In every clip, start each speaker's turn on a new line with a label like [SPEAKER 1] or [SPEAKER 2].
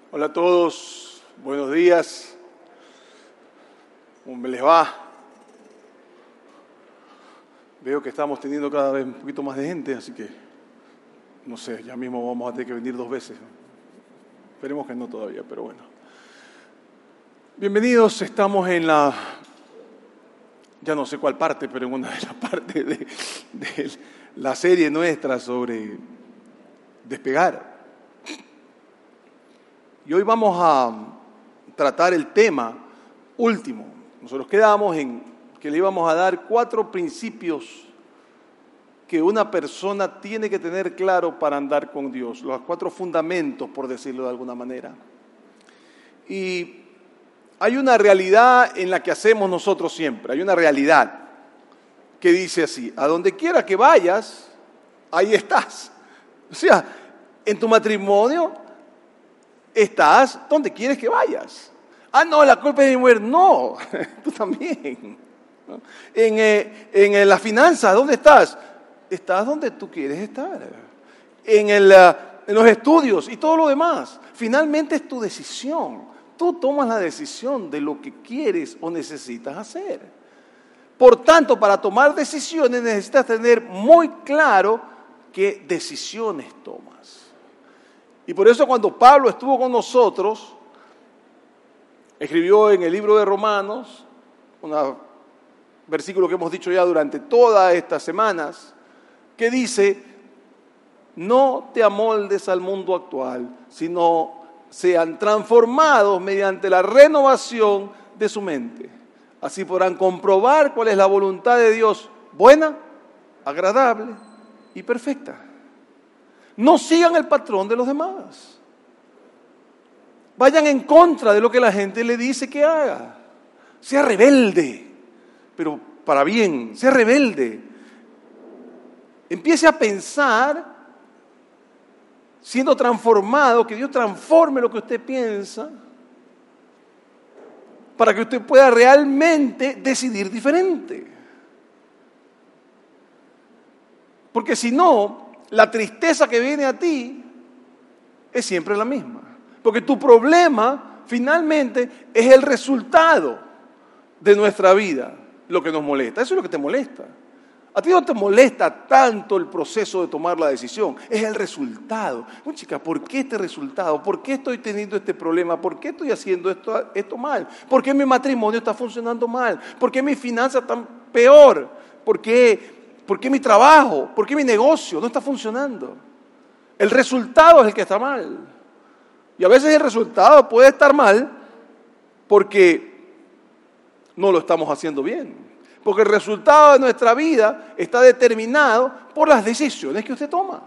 [SPEAKER 1] Hola a todos, buenos días. ¿Cómo les va? Veo que estamos teniendo cada vez un poquito más de gente, así que, no sé, ya mismo vamos a tener que venir 2 veces. Esperemos que no todavía, pero bueno. Bienvenidos, estamos en ya no sé cuál parte, pero en una de las partes de la serie nuestra sobre despegar. Y hoy vamos a tratar el tema último. Nosotros quedamos en que le íbamos a dar 4 principios que una persona tiene que tener claro para andar con Dios. Los 4 fundamentos, por decirlo de alguna manera. Y hay una realidad en la que hacemos nosotros siempre. Hay una realidad que dice así: a donde quiera que vayas, ahí estás. O sea, en tu matrimonio estás donde quieres que vayas. Ah, no, la culpa es de mi mujer. No, tú también. En las finanzas, ¿dónde estás? Estás donde tú quieres estar. En los estudios y todo lo demás. Finalmente es tu decisión. Tú tomas la decisión de lo que quieres o necesitas hacer. Por tanto, para tomar decisiones necesitas tener muy claro qué decisiones tomas. Y por eso cuando Pablo estuvo con nosotros, escribió en el libro de Romanos, un versículo que hemos dicho ya durante todas estas semanas, que dice: no te amoldes al mundo actual, sino sean transformados mediante la renovación de su mente. Así podrán comprobar cuál es la voluntad de Dios, buena, agradable y perfecta. No sigan el patrón de los demás. Vayan en contra de lo que la gente le dice que haga. Sea rebelde, pero para bien, sea rebelde. Empiece a pensar, siendo transformado, que Dios transforme lo que usted piensa, para que usted pueda realmente decidir diferente. Porque si no, la tristeza que viene a ti es siempre la misma. Porque tu problema finalmente es el resultado de nuestra vida, lo que nos molesta. Eso es lo que te molesta. A ti no te molesta tanto el proceso de tomar la decisión, es el resultado. Bueno, chica, ¿por qué este resultado? ¿Por qué estoy teniendo este problema? ¿Por qué estoy haciendo esto mal? ¿Por qué mi matrimonio está funcionando mal? ¿Por qué mis finanzas están peor? ¿Por qué mi trabajo? ¿Por qué mi negocio no está funcionando? El resultado es el que está mal. Y a veces el resultado puede estar mal porque no lo estamos haciendo bien. Porque el resultado de nuestra vida está determinado por las decisiones que usted toma.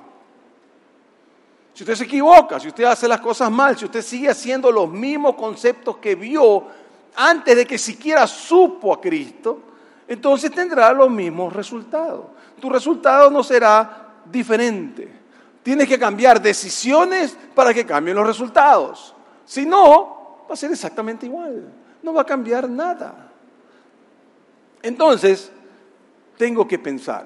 [SPEAKER 1] Si usted se equivoca, si usted hace las cosas mal, si usted sigue haciendo los mismos conceptos que vio antes de que siquiera supo a Cristo, entonces tendrá los mismos resultados. Tu resultado no será diferente. Tienes que cambiar decisiones para que cambien los resultados. Si no, va a ser exactamente igual. No va a cambiar nada. Entonces, tengo que pensar,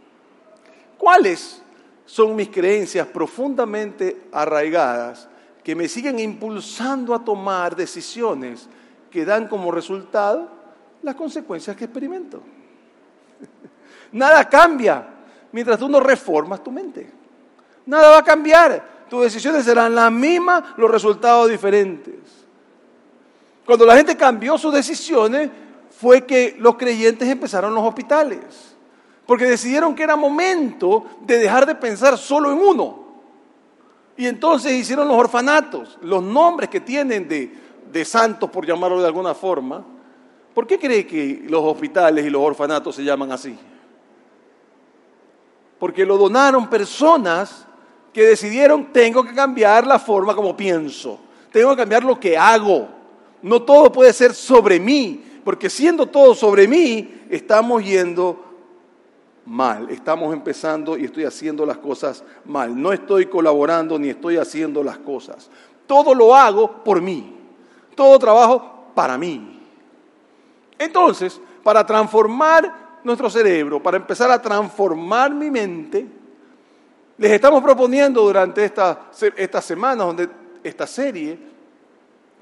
[SPEAKER 1] ¿cuáles son mis creencias profundamente arraigadas que me siguen impulsando a tomar decisiones que dan como resultado las consecuencias que experimento? Nada cambia mientras tú no reformas tu mente. Nada va a cambiar. Tus decisiones serán las mismas, los resultados diferentes. Cuando la gente cambió sus decisiones, fue que los creyentes empezaron los hospitales, porque decidieron que era momento de dejar de pensar solo en uno. Y entonces hicieron los orfanatos, los nombres que tienen de santos, por llamarlo de alguna forma. ¿Por qué cree que los hospitales y los orfanatos se llaman así? Porque lo donaron personas que decidieron: tengo que cambiar la forma como pienso, tengo que cambiar lo que hago. No todo puede ser sobre mí. Porque siendo todo sobre mí, estamos yendo mal. Estamos empezando y estoy haciendo las cosas mal. No estoy colaborando ni estoy haciendo las cosas. Todo lo hago por mí. Todo trabajo para mí. Entonces, para transformar nuestro cerebro, para empezar a transformar mi mente, les estamos proponiendo durante estas semanas, esta serie,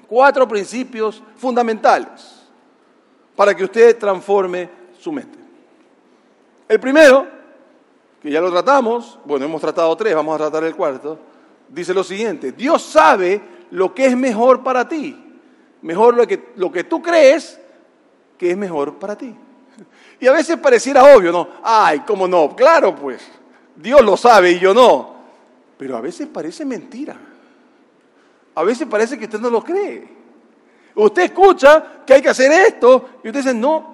[SPEAKER 1] 4 principios fundamentales para que usted transforme su mente. El primero, que ya lo tratamos, bueno, hemos tratado 3, vamos a tratar el 4, dice lo siguiente: Dios sabe lo que es mejor para ti, mejor lo que tú crees que es mejor para ti. Y a veces pareciera obvio, ¿no? Ay, ¿cómo no? Claro, pues, Dios lo sabe y yo no. Pero a veces parece mentira. A veces parece que usted no lo cree. Usted escucha que hay que hacer esto y usted dice, no,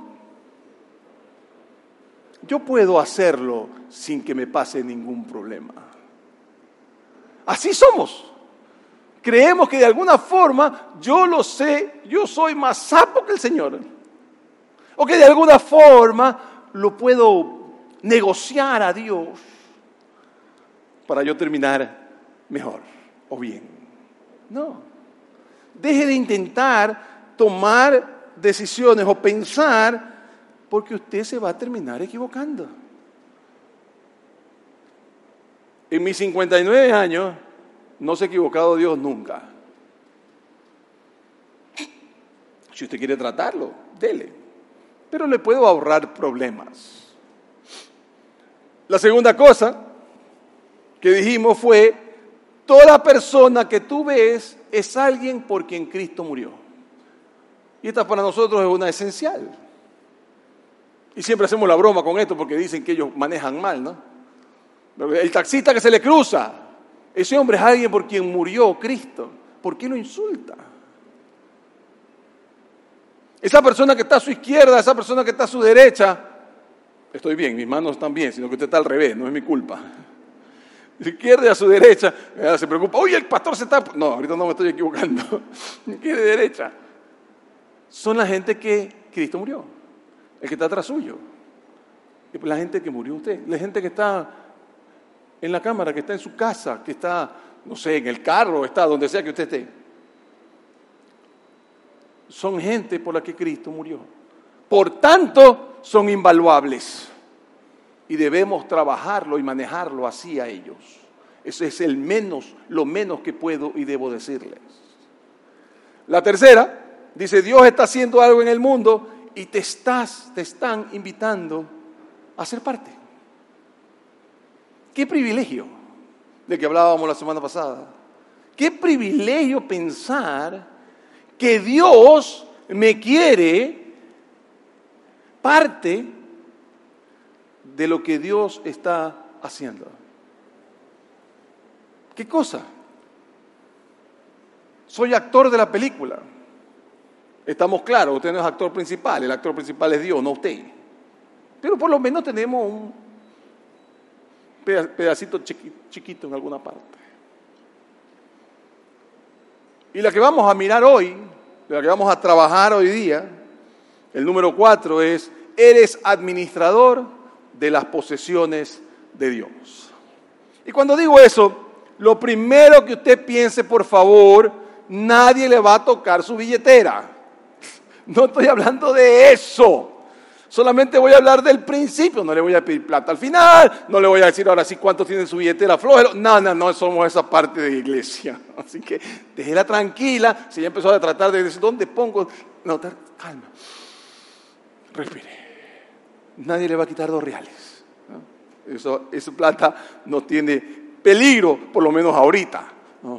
[SPEAKER 1] yo puedo hacerlo sin que me pase ningún problema. Así somos. Creemos que de alguna forma yo lo sé, yo soy más sapo que el Señor. O que de alguna forma lo puedo negociar a Dios para yo terminar mejor o bien. No. Deje de intentar tomar decisiones o pensar porque usted se va a terminar equivocando. En mis 59 años no se ha equivocado Dios nunca. Si usted quiere tratarlo, dele. Pero le puedo ahorrar problemas. La segunda cosa que dijimos fue, toda persona que tú ves es alguien por quien Cristo murió. Y esta para nosotros es una esencial. Y siempre hacemos la broma con esto porque dicen que ellos manejan mal, ¿no? El taxista que se le cruza, ese hombre es alguien por quien murió Cristo. ¿Por qué lo insulta? Esa persona que está a su izquierda, esa persona que está a su derecha, estoy bien, mis manos están bien, sino que usted está al revés, no es mi culpa. A su izquierda y a su derecha, se preocupa, oye, el pastor se está... No, ahorita no me estoy equivocando. Izquierda y derecha. Son la gente que Cristo murió, el que está atrás suyo. La gente que murió usted, la gente que está en la cámara, que está en su casa, que está, no sé, en el carro, está donde sea que usted esté. Son gente por la que Cristo murió. Por tanto, son invaluables. Y debemos trabajarlo y manejarlo así a ellos. Ese es lo menos que puedo y debo decirles. La tercera, dice, Dios está haciendo algo en el mundo y te están invitando a ser parte. Qué privilegio, de que hablábamos la semana pasada. Qué privilegio pensar que Dios me quiere parte de lo que Dios está haciendo. ¿Qué cosa? Soy actor de la película. Estamos claros, usted no es actor principal, el actor principal es Dios, no usted. Pero por lo menos tenemos un pedacito chiquito en alguna parte. Y la que vamos a mirar hoy, la que vamos a trabajar hoy día, el número 4 es, eres administrador de las posesiones de Dios. Y cuando digo eso, lo primero que usted piense, por favor, nadie le va a tocar su billetera. No estoy hablando de eso. Solamente voy a hablar del principio. No le voy a pedir plata al final. No le voy a decir ahora sí cuánto tiene su billetera. Flójelo. No somos esa parte de la iglesia. Así que déjela tranquila. Si ya empezó a tratar de decir, ¿dónde pongo? No, calma. Respire. Nadie le va a quitar 2 reales. ¿No? Esa plata no tiene peligro, por lo menos ahorita. No.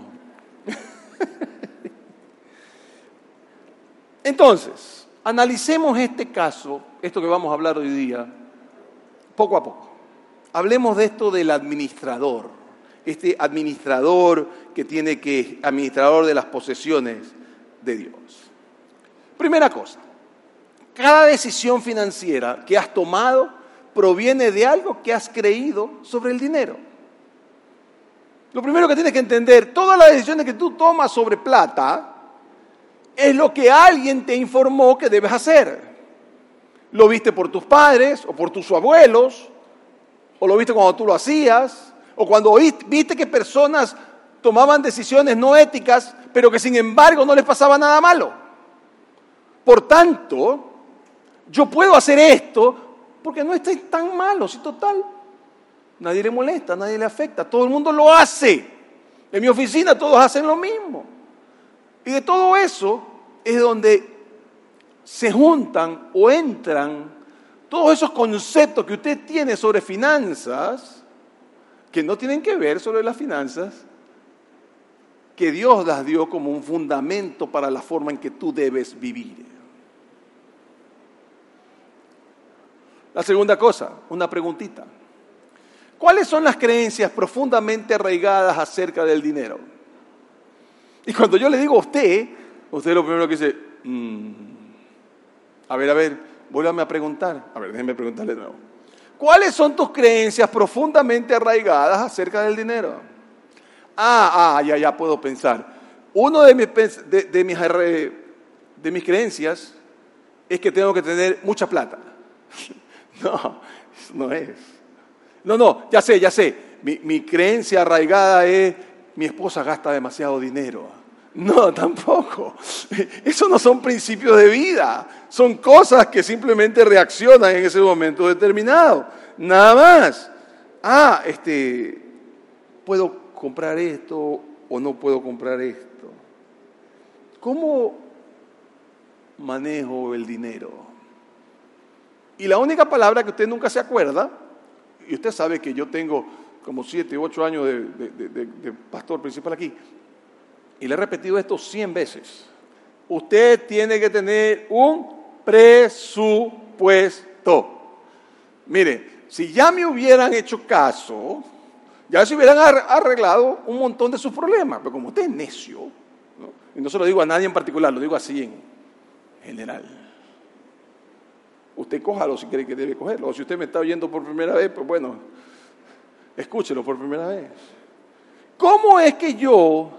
[SPEAKER 1] Entonces, analicemos este caso, esto que vamos a hablar hoy día, poco a poco. Hablemos de esto del administrador, este administrador administrador de las posesiones de Dios. Primera cosa, cada decisión financiera que has tomado proviene de algo que has creído sobre el dinero. Lo primero que tienes que entender, todas las decisiones que tú tomas sobre plata, es lo que alguien te informó que debes hacer. Lo viste por tus padres o por tus abuelos, o lo viste cuando tú lo hacías, o cuando viste que personas tomaban decisiones no éticas, pero que sin embargo no les pasaba nada malo. Por tanto, yo puedo hacer esto porque no está tan malo, si total, nadie le molesta, nadie le afecta, todo el mundo lo hace. En mi oficina todos hacen lo mismo. Y de todo eso es donde se juntan o entran todos esos conceptos que usted tiene sobre finanzas, que no tienen que ver sobre las finanzas, que Dios las dio como un fundamento para la forma en que tú debes vivir. La segunda cosa, una preguntita. ¿Cuáles son las creencias profundamente arraigadas acerca del dinero? Y cuando yo le digo a usted lo primero que dice, a ver, vuélvame a preguntar. A ver, déjeme preguntarle de nuevo. ¿Cuáles son tus creencias profundamente arraigadas acerca del dinero? Ya puedo pensar. Uno de mis creencias es que tengo que tener mucha plata. No, eso no es. No, ya sé. Mi creencia arraigada es, mi esposa gasta demasiado dinero. No, tampoco. Eso no son principios de vida. Son cosas que simplemente reaccionan en ese momento determinado. Nada más. ¿Puedo comprar esto o no puedo comprar esto? ¿Cómo manejo el dinero? Y la única palabra que usted nunca se acuerda, y usted sabe que yo tengo como 7, 8 años de pastor principal aquí, y le he repetido esto 100 veces. Usted tiene que tener un presupuesto. Mire, si ya me hubieran hecho caso, ya se hubieran arreglado un montón de sus problemas. Pero como usted es necio, ¿no? Y no se lo digo a nadie en particular, lo digo así en general. Usted cójalo si cree que debe cogerlo. O si usted me está oyendo por primera vez, pues bueno, escúchelo por primera vez. ¿Cómo es que yo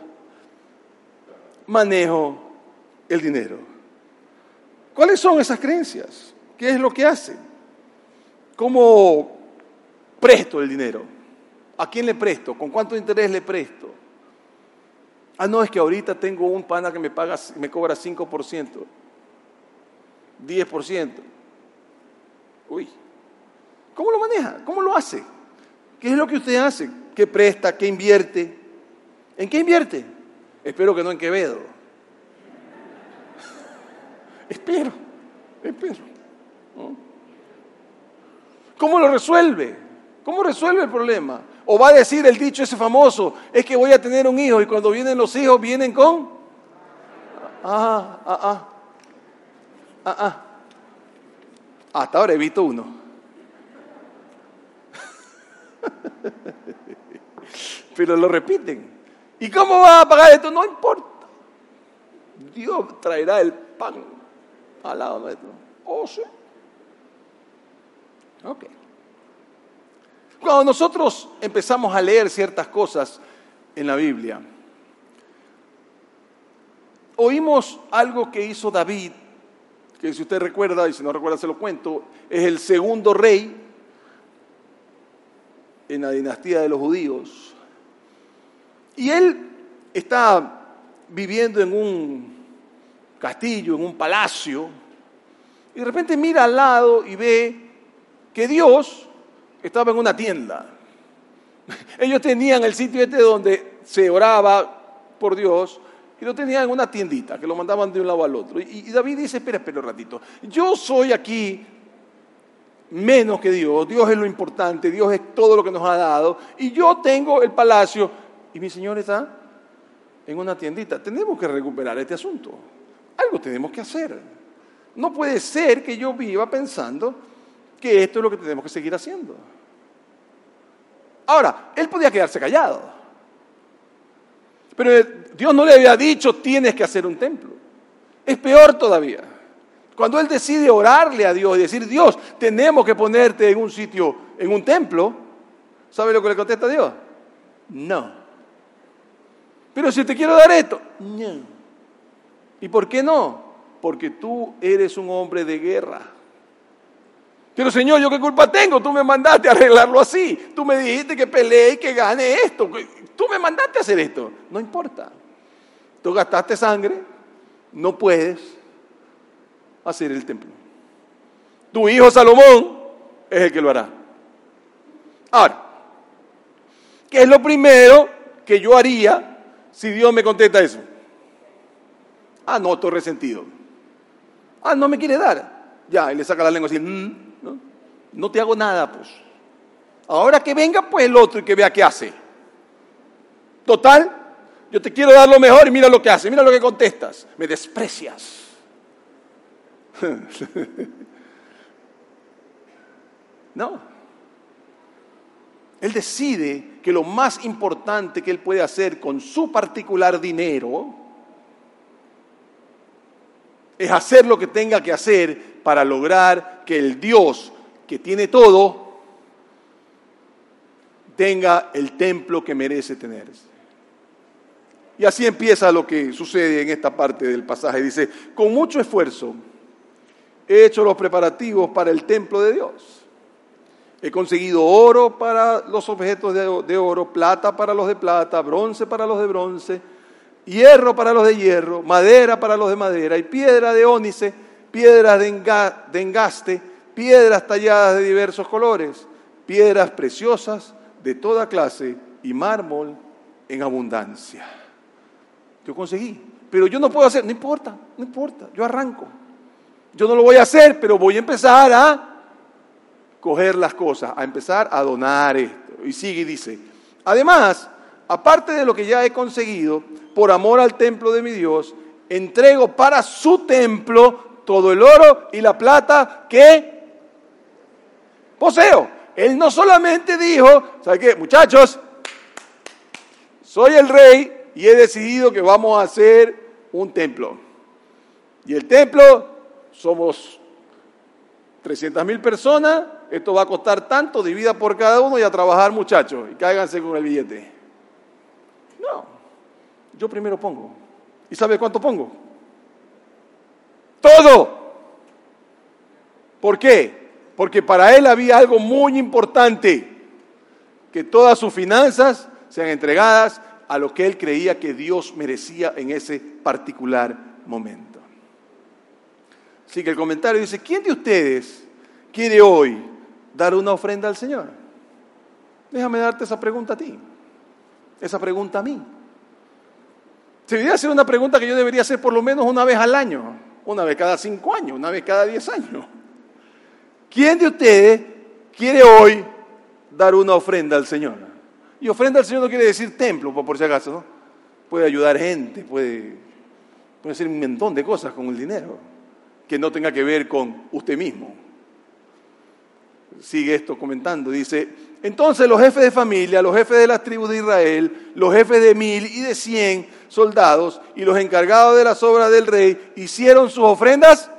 [SPEAKER 1] manejo el dinero? ¿Cuáles son esas creencias? ¿Qué es lo que hacen? ¿Cómo presto el dinero? ¿A quién le presto? ¿Con cuánto interés le presto? No, es que ahorita tengo un pana que me cobra 5%, 10%. Uy, ¿cómo lo maneja? ¿Cómo lo hace? ¿Qué es lo que usted hace? ¿Qué presta? ¿Qué invierte? ¿En qué invierte? Espero que no en Quevedo. Espero. ¿No? ¿Cómo lo resuelve? ¿Cómo resuelve el problema? O va a decir el dicho ese famoso, es que voy a tener un hijo y cuando vienen los hijos vienen con... Hasta ahora he visto uno. Pero lo repiten. ¿Y cómo va a pagar esto? No importa. Dios traerá el pan al lado nuestro. Sí. Ok. Cuando nosotros empezamos a leer ciertas cosas en la Biblia, oímos algo que hizo David, que si usted recuerda, y si no recuerda se lo cuento, es el segundo rey en la dinastía de los judíos. Y él está viviendo en un castillo, en un palacio, y de repente mira al lado y ve que Dios estaba en una tienda. Ellos tenían el sitio donde se oraba por Dios, y lo tenían en una tiendita, que lo mandaban de un lado al otro. Y David dice, espera un ratito, yo soy aquí menos que Dios es lo importante, Dios es todo lo que nos ha dado, y yo tengo el palacio, y mi Señor está en una tiendita. Tenemos que recuperar este asunto, algo tenemos que hacer. No puede ser que yo viva pensando que esto es lo que tenemos que seguir haciendo. Ahora, él podía quedarse callado. Pero Dios no le había dicho, tienes que hacer un templo. Es peor todavía. Cuando él decide orarle a Dios y decir, Dios, tenemos que ponerte en un sitio, en un templo, ¿sabe lo que le contesta a Dios? No. Pero si te quiero dar esto, no. ¿Y por qué no? Porque tú eres un hombre de guerra. Pero Señor, ¿yo qué culpa tengo? Tú me mandaste a arreglarlo así. Tú me dijiste que pelee y que gane esto. Tú me mandaste a hacer esto. No importa. Tú gastaste sangre, no puedes hacer el templo. Tu hijo Salomón es el que lo hará. Ahora, ¿qué es lo primero que yo haría si Dios me contesta eso? Ah, no, estoy resentido. Ah, no me quiere dar. Ya, y le saca la lengua así. No te hago nada, pues. Ahora que venga, pues, el otro y que vea qué hace. Total, yo te quiero dar lo mejor y mira lo que hace, mira lo que contestas. Me desprecias. No. Él decide que lo más importante que él puede hacer con su particular dinero es hacer lo que tenga que hacer para lograr que el Dios que tiene todo tenga el templo que merece tener. Y así empieza lo que sucede en esta parte del pasaje. Dice, con mucho esfuerzo he hecho los preparativos para el templo de Dios. He conseguido oro para los objetos de oro, plata para los de plata, bronce para los de bronce, hierro para los de hierro, madera para los de madera, y piedra de ónice, piedras de engaste, piedras talladas de diversos colores, piedras preciosas de toda clase y mármol en abundancia. Yo conseguí, pero yo no puedo hacer, no importa, yo arranco. Yo no lo voy a hacer, pero voy a empezar a coger las cosas, a empezar a donar esto. Y sigue y dice, además, aparte de lo que ya he conseguido, por amor al templo de mi Dios, entrego para su templo todo el oro y la plata que poseo. Él no solamente dijo, ¿sabe qué? Muchachos, soy el rey y he decidido que vamos a hacer un templo. Y el templo, somos 300,000 personas, esto va a costar tanto, divida por cada uno y a trabajar, muchachos, y cáiganse con el billete. No, yo primero pongo. ¿Y sabe cuánto pongo? ¡Todo! ¿Por qué? Porque para él había algo muy importante, que todas sus finanzas sean entregadas a lo que él creía que Dios merecía en ese particular momento. Así que el comentario dice, ¿quién de ustedes quiere hoy dar una ofrenda al Señor? Déjame darte esa pregunta a ti, esa pregunta a mí. Se debería hacer una pregunta que yo debería hacer por lo menos una vez al año, una vez cada 5 años, una vez cada 10 años. ¿Quién de ustedes quiere hoy dar una ofrenda al Señor? Y ofrenda al Señor no quiere decir templo, por si acaso, ¿no? Puede ayudar gente, puede hacer un montón de cosas con el dinero, que no tenga que ver con usted mismo. Sigue esto comentando, dice, entonces los jefes de familia, los jefes de las tribus de Israel, los jefes de 1000 y de 100 soldados y los encargados de las obras del rey hicieron sus ofrendas.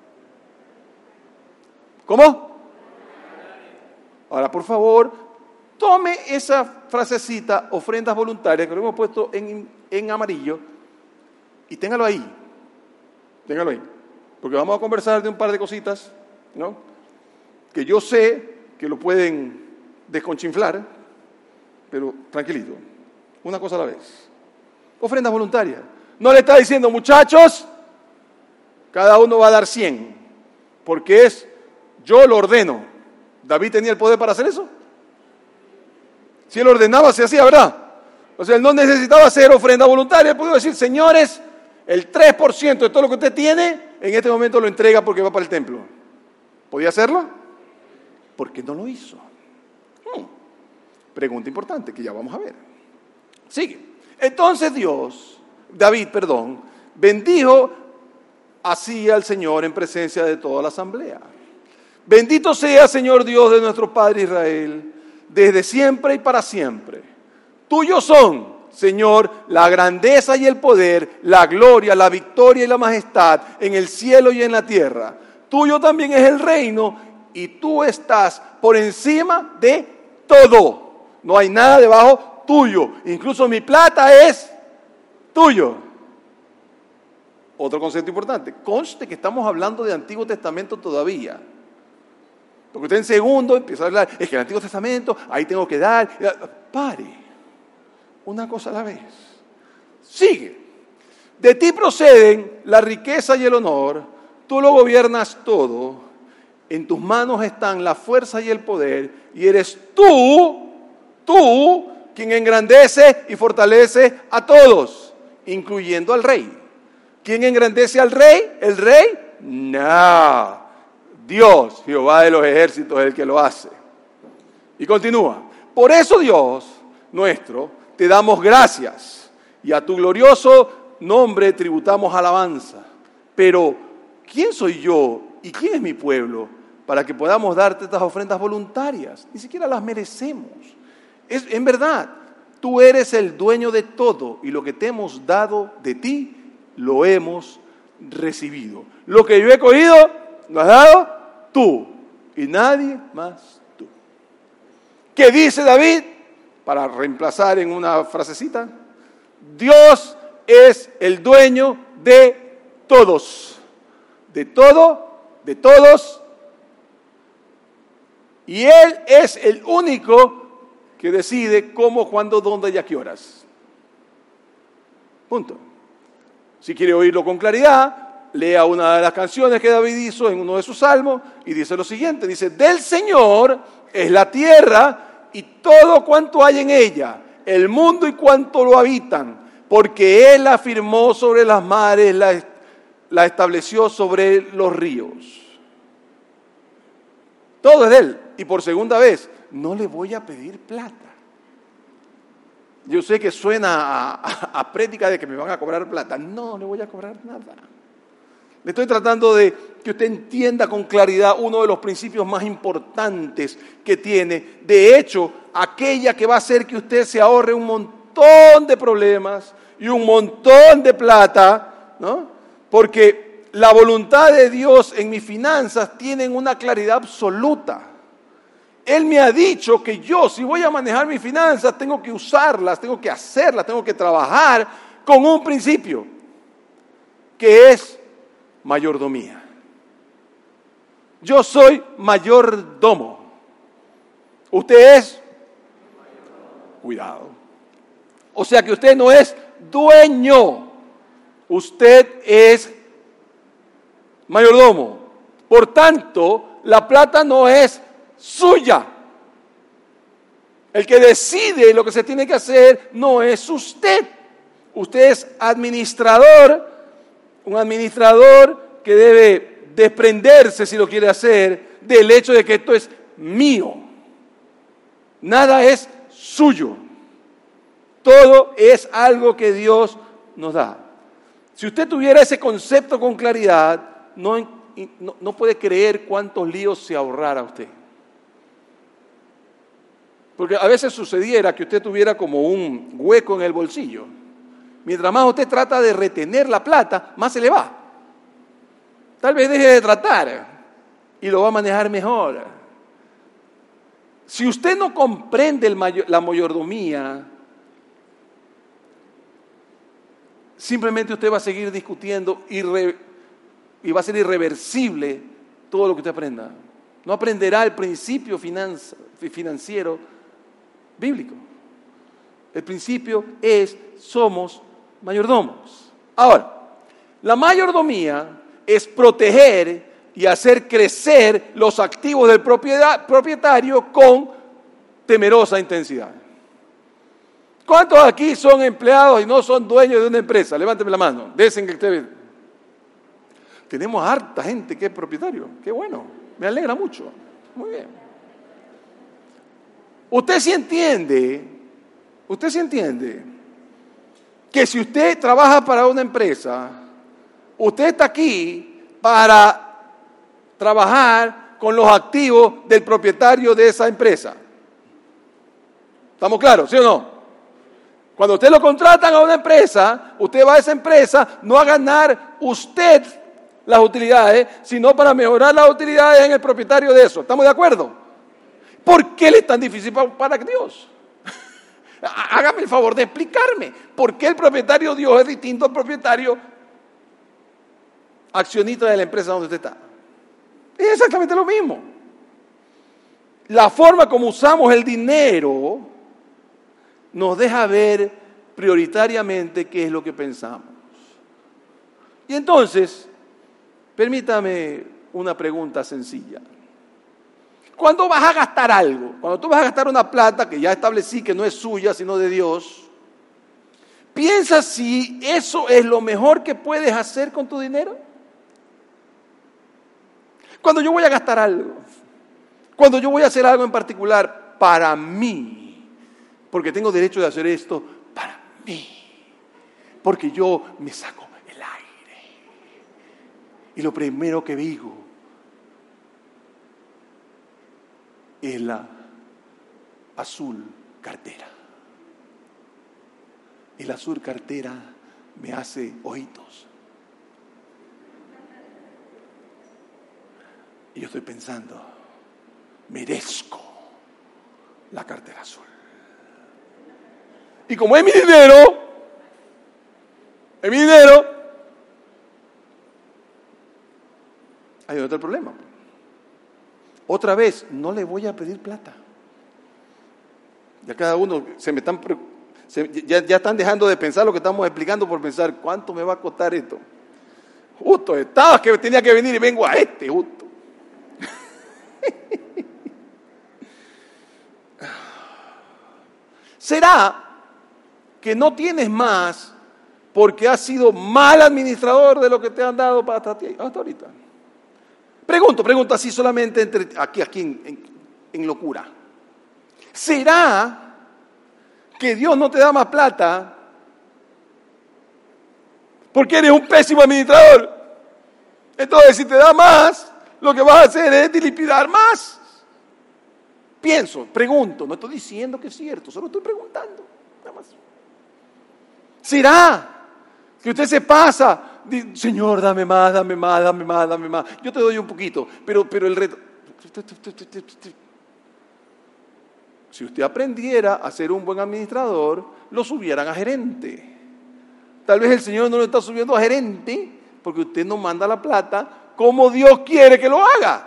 [SPEAKER 1] ¿Cómo? Ahora, por favor, tome esa frasecita, ofrendas voluntarias, que lo hemos puesto en amarillo, y téngalo ahí, porque vamos a conversar de un par de cositas, ¿no? Que yo sé que lo pueden desconchinflar, pero tranquilito, una cosa a la vez. Ofrendas voluntarias. No le está diciendo, muchachos, cada uno va a dar 100, porque yo lo ordeno. ¿David tenía el poder para hacer eso? Si él ordenaba, se hacía, ¿verdad? O sea, él no necesitaba hacer ofrenda voluntaria. Él podía decir, señores, el 3% de todo lo que usted tiene, en este momento lo entrega porque va para el templo. ¿Podía hacerlo? ¿Por qué no lo hizo? Pregunta importante que ya vamos a ver. Sigue. Entonces David, bendijo así al Señor en presencia de toda la asamblea. Bendito sea, Señor Dios de nuestro Padre Israel, desde siempre y para siempre. Tuyos son, Señor, la grandeza y el poder, la gloria, la victoria y la majestad en el cielo y en la tierra. Tuyo también es el reino y tú estás por encima de todo. No hay nada debajo tuyo. Incluso mi plata es tuyo. Otro concepto importante. Conste que estamos hablando de Antiguo Testamento todavía. Porque usted en segundo empieza a hablar, es que el Antiguo Testamento, ahí tengo que dar. Pare, una cosa a la vez. Sigue. De ti proceden la riqueza y el honor, tú lo gobiernas todo, en tus manos están la fuerza y el poder, y eres tú quien engrandece y fortalece a todos, incluyendo al rey. ¿Quién engrandece al rey? ¿El rey? No. Dios, Jehová de los ejércitos, es el que lo hace. Y continúa. Por eso, Dios nuestro, te damos gracias y a tu glorioso nombre tributamos alabanza. Pero, ¿quién soy yo y quién es mi pueblo para que podamos darte estas ofrendas voluntarias? Ni siquiera las merecemos. En verdad, tú eres el dueño de todo y lo que te hemos dado de ti, lo hemos recibido. Lo que yo he cogido, lo has dado tú y nadie más tú. ¿Qué dice David? Para reemplazar en una frasecita, Dios es el dueño de todos, de todo, de todos, y Él es el único que decide cómo, cuándo, dónde y a qué horas. Punto. Si quiere oírlo con claridad, lea una de las canciones que David hizo en uno de sus salmos y dice lo siguiente, dice, del Señor es la tierra y todo cuanto hay en ella, el mundo y cuanto lo habitan, porque Él la firmó sobre las mares, la estableció sobre los ríos. Todo es de Él. Y por segunda vez, no le voy a pedir plata. Yo sé que suena a prédica de que me van a cobrar plata. No le voy a cobrar nada. Le estoy tratando de que usted entienda con claridad uno de los principios más importantes que tiene. De hecho, aquella que va a hacer que usted se ahorre un montón de problemas y un montón de plata, ¿no? Porque la voluntad de Dios en mis finanzas tiene una claridad absoluta. Él me ha dicho que yo, si voy a manejar mis finanzas, tengo que usarlas, tengo que hacerlas, tengo que trabajar con un principio, que es mayordomía. Yo soy mayordomo. Usted es cuidado. O sea que usted no es dueño, usted es mayordomo. Por tanto, la plata no es suya. El que decide lo que se tiene que hacer no es usted. Usted es administrador, un administrador que debe desprenderse, si lo quiere hacer, del hecho de que esto es mío. Nada es suyo. Todo es algo que Dios nos da. Si usted tuviera ese concepto con claridad, no puede creer cuántos líos se ahorrara usted. Porque a veces sucediera que usted tuviera como un hueco en el bolsillo. Mientras más usted trata de retener la plata, más se le va. Tal vez deje de tratar y lo va a manejar mejor. Si usted no comprende la mayordomía, simplemente usted va a seguir discutiendo y va a ser irreversible todo lo que usted aprenda. No aprenderá el principio financiero bíblico. El principio es, somos mayordomos. Ahora, la mayordomía es proteger y hacer crecer los activos del propietario con temerosa intensidad. ¿Cuántos aquí son empleados y no son dueños de una empresa? Levánteme la mano. Dicen que usted... Tenemos harta gente que es propietario. Qué bueno. Me alegra mucho. Muy bien. Usted sí entiende que si usted trabaja para una empresa, usted está aquí para trabajar con los activos del propietario de esa empresa. ¿Estamos claros, sí o no? Cuando usted lo contratan a una empresa, usted va a esa empresa no a ganar usted las utilidades, sino para mejorar las utilidades en el propietario de eso. ¿Estamos de acuerdo? ¿Por qué le es tan difícil para Dios? Hágame el favor de explicarme. ¿Por qué el propietario Dios es distinto al propietario accionista de la empresa donde usted está? Es exactamente lo mismo. La forma como usamos el dinero nos deja ver prioritariamente qué es lo que pensamos. Y entonces, permítame una pregunta sencilla. Cuando vas a gastar algo, cuando tú vas a gastar una plata que ya establecí que no es suya, sino de Dios, ¿Piensas si eso es lo mejor que puedes hacer con tu dinero? Cuando yo voy a gastar algo, cuando yo voy a hacer algo en particular para mí, porque tengo derecho de hacer esto para mí, porque yo me saco el aire. Y lo primero que digo es la azul cartera. Y la azul cartera me hace ojitos. Y yo estoy pensando, merezco la cartera azul. Y como es mi dinero, hay otro problema. Otra vez, no le voy a pedir plata. Ya cada uno ya están dejando de pensar lo que estamos explicando por pensar, ¿cuánto me va a costar esto? Justo, estabas que tenía que venir y vengo a justo. ¿Será que no tienes más porque has sido mal administrador de lo que te han dado hasta ahorita? Pregunto así solamente aquí en locura. ¿Será que Dios no te da más plata porque eres un pésimo administrador? Entonces, si te da más, lo que vas a hacer es dilapidar más. Pregunto, no estoy diciendo que es cierto, solo estoy preguntando, nada más. ¿Será que usted se pasa, Señor, dame más? Yo te doy un poquito, pero el reto... Si usted aprendiera a ser un buen administrador, lo subieran a gerente. Tal vez el Señor no lo está subiendo a gerente porque usted no manda la plata como Dios quiere que lo haga.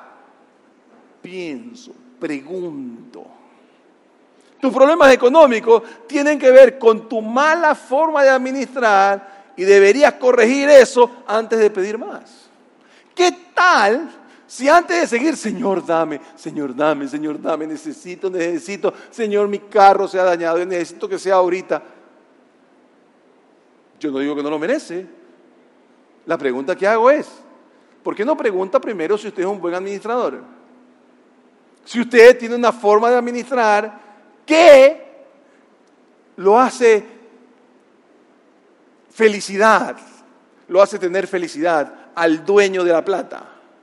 [SPEAKER 1] Pregunto. Tus problemas económicos tienen que ver con tu mala forma de administrar y deberías corregir eso antes de pedir más. ¿Qué tal si antes de seguir, Señor, dame, necesito, Señor, mi carro se ha dañado, necesito que sea ahorita? Yo no digo que no lo merece. La pregunta que hago es, ¿por qué no pregunta primero si usted es un buen administrador? Si usted tiene una forma de administrar que lo hace felicidad, lo hace tener felicidad al dueño de la plata.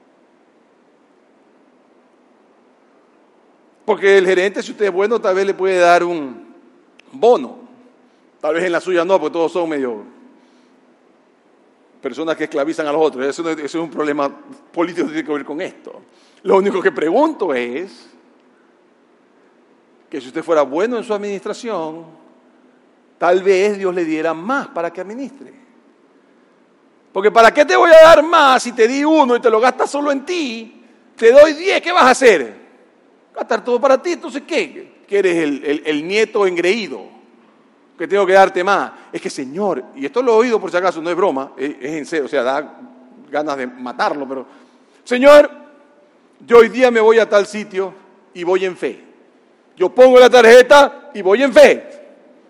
[SPEAKER 1] Porque el gerente, si usted es bueno, tal vez le puede dar un bono. Tal vez en la suya no, porque todos son medio personas que esclavizan a los otros. Eso es un problema político que tiene que ver con esto. Lo único que pregunto es que si usted fuera bueno en su administración, tal vez Dios le diera más para que administre. Porque ¿para qué te voy a dar más si te di 1 y te lo gastas solo en ti? Te doy 10, ¿qué vas a hacer? Gastar todo para ti, entonces ¿qué? Que eres el nieto engreído, que tengo que darte más. Es que, Señor, y esto lo he oído por si acaso, no es broma, es en serio, o sea, da ganas de matarlo, pero Señor, yo hoy día me voy a tal sitio y voy en fe. Yo pongo la tarjeta y voy en fe.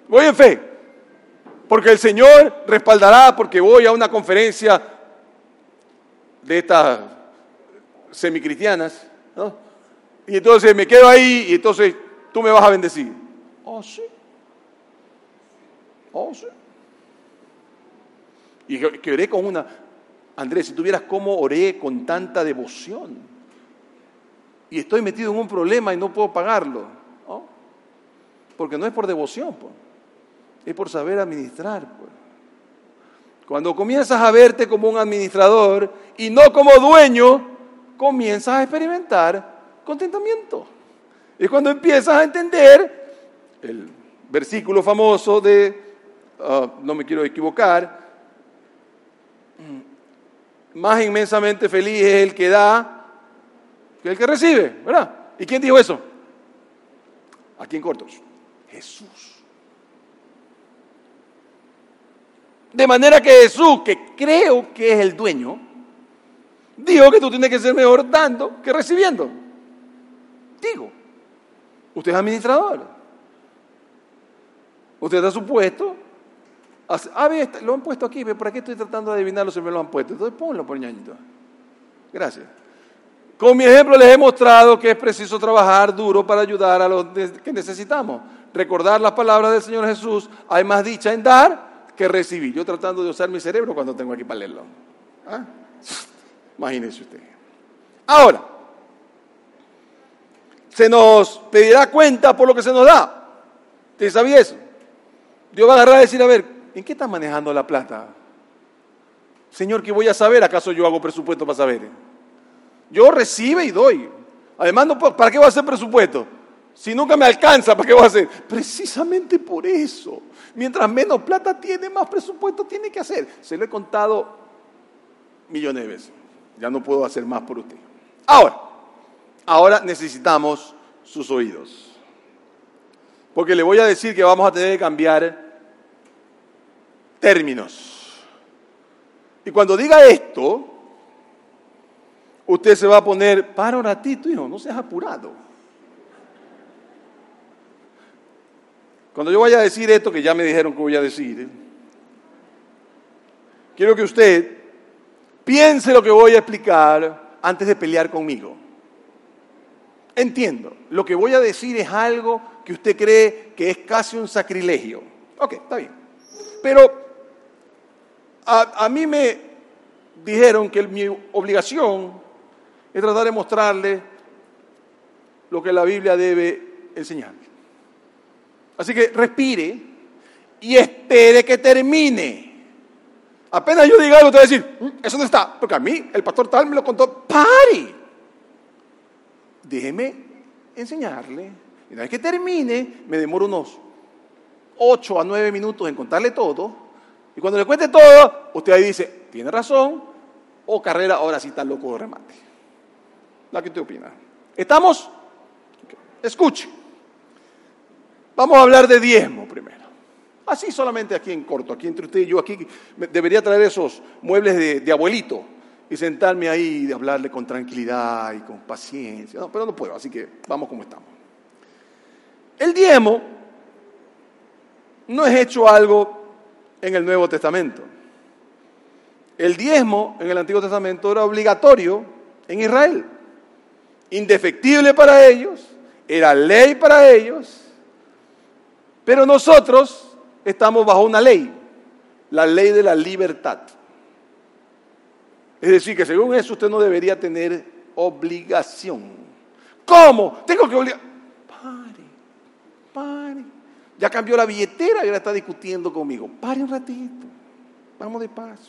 [SPEAKER 1] Porque el Señor respaldará, porque voy a una conferencia de estas semicristianas, ¿no? Y entonces me quedo ahí y entonces tú me vas a bendecir. Oh, sí. Y que oré con una... Andrés, si tuvieras cómo oré con tanta devoción y estoy metido en un problema y no puedo pagarlo, ¿no? Porque no es por devoción, pues. Es por saber administrar, pues. Cuando comienzas a verte como un administrador y no como dueño, comienzas a experimentar contentamiento. Es cuando empiezas a entender el versículo famoso de, no me quiero equivocar, más inmensamente feliz es el que da que el que recibe, ¿verdad? ¿Y quién dijo eso? Aquí en cortos, Jesús. De manera que Jesús, que creo que es el dueño, dijo que tú tienes que ser mejor dando que recibiendo. Digo, usted es administrador. Usted está supuesto Ve, lo han puesto aquí, ¿por qué estoy tratando de adivinarlo si me lo han puesto? Entonces ponlo por ñañito. Gracias. Con mi ejemplo les he mostrado que es preciso trabajar duro para ayudar a los que necesitamos. Recordar las palabras del Señor Jesús, hay más dicha en dar que recibir. Yo tratando de usar mi cerebro cuando tengo aquí para leerlo. ¿Ah? Imagínense usted. Ahora, se nos pedirá cuenta por lo que se nos da. ¿Usted sabía eso? Dios va a agarrar y decir, a ver, ¿en qué estás manejando la plata? Señor, ¿qué voy a saber? ¿Acaso yo hago presupuesto para saber? Yo recibo y doy. Además, ¿para qué voy a hacer presupuesto? Si nunca me alcanza, ¿para qué voy a hacer? Precisamente por eso. Mientras menos plata tiene, más presupuesto tiene que hacer. Se lo he contado millones de veces. Ya no puedo hacer más por usted. Ahora necesitamos sus oídos. Porque le voy a decir que vamos a tener que cambiar términos. Y cuando diga esto, usted se va a poner, para un ratito, hijo, no seas apurado. Cuando yo vaya a decir esto, que ya me dijeron que voy a decir, quiero que usted piense lo que voy a explicar antes de pelear conmigo. Entiendo, lo que voy a decir es algo que usted cree que es casi un sacrilegio. Ok, está bien. Pero a mí me dijeron que mi obligación es tratar de mostrarle lo que la Biblia debe enseñar. Así que respire y espere que termine. Apenas yo diga algo, te voy a decir, eso no está, porque a mí el pastor tal me lo contó. ¡Pare! Déjeme enseñarle. Y una vez que termine, me demoro unos 8 a 9 minutos en contarle todo. Y cuando le cuente todo, usted ahí dice, tiene razón, o Carrera, ahora sí está loco de remate. ¿La que usted opina? ¿Estamos? Okay. Escuche. Vamos a hablar de diezmo primero. Así solamente aquí en corto, aquí entre usted y yo, aquí debería traer esos muebles de abuelito y sentarme ahí y hablarle con tranquilidad y con paciencia. No, pero no puedo, así que vamos como estamos. El diezmo no es hecho algo en el Nuevo Testamento. El diezmo en el Antiguo Testamento era obligatorio en Israel. Indefectible para ellos, era ley para ellos, pero nosotros estamos bajo una ley, la ley de la libertad. Es decir, que según eso usted no debería tener obligación. ¿Cómo? Tengo que obligar. Pare. Ya cambió la billetera y ahora está discutiendo conmigo. Pare un ratito, vamos de paso.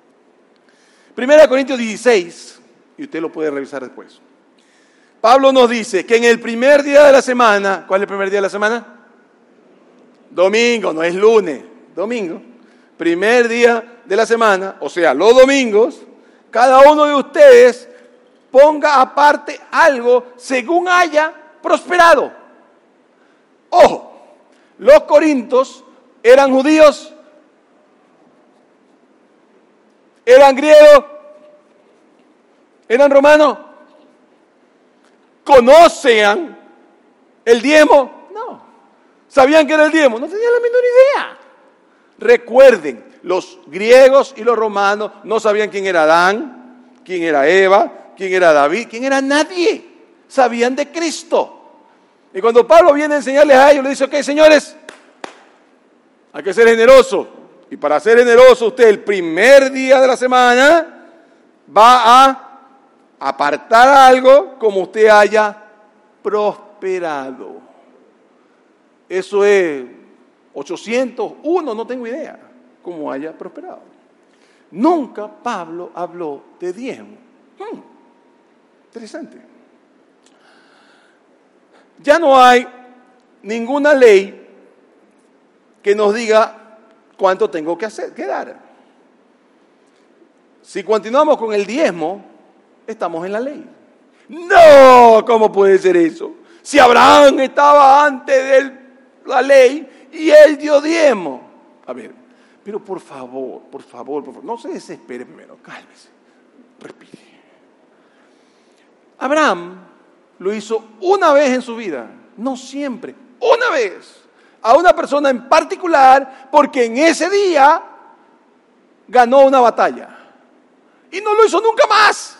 [SPEAKER 1] 1 Corintios 16, y usted lo puede revisar después. Pablo nos dice que en el primer día de la semana, ¿cuál es el primer día de la semana? Domingo, no es lunes, domingo. Primer día de la semana, o sea, los domingos, cada uno de ustedes ponga aparte algo según haya prosperado. Ojo, los corintios eran judíos, eran griegos, eran romanos. ¿Conocían el diezmo? No. ¿Sabían qué era el diezmo? No tenían la menor idea. Recuerden, los griegos y los romanos no sabían quién era Adán, quién era Eva, quién era David, quién era nadie. Sabían de Cristo. Y cuando Pablo viene a enseñarles a ellos, le dice, ok, señores, hay que ser generoso. Y para ser generoso, usted el primer día de la semana va a apartar algo como usted haya prosperado. Eso es 801, no tengo idea cómo haya prosperado. Nunca Pablo habló de diezmo. Interesante. Ya no hay ninguna ley que nos diga cuánto tengo que dar. Si continuamos con el diezmo, estamos en la ley. No, ¿cómo puede ser eso? Si Abraham estaba antes de la ley y él dio diezmo. A ver, pero por favor, no se desespere primero, cálmese, respire. Abraham lo hizo una vez en su vida, no siempre, una vez. a una persona en particular porque en ese día ganó una batalla. Y no lo hizo nunca más.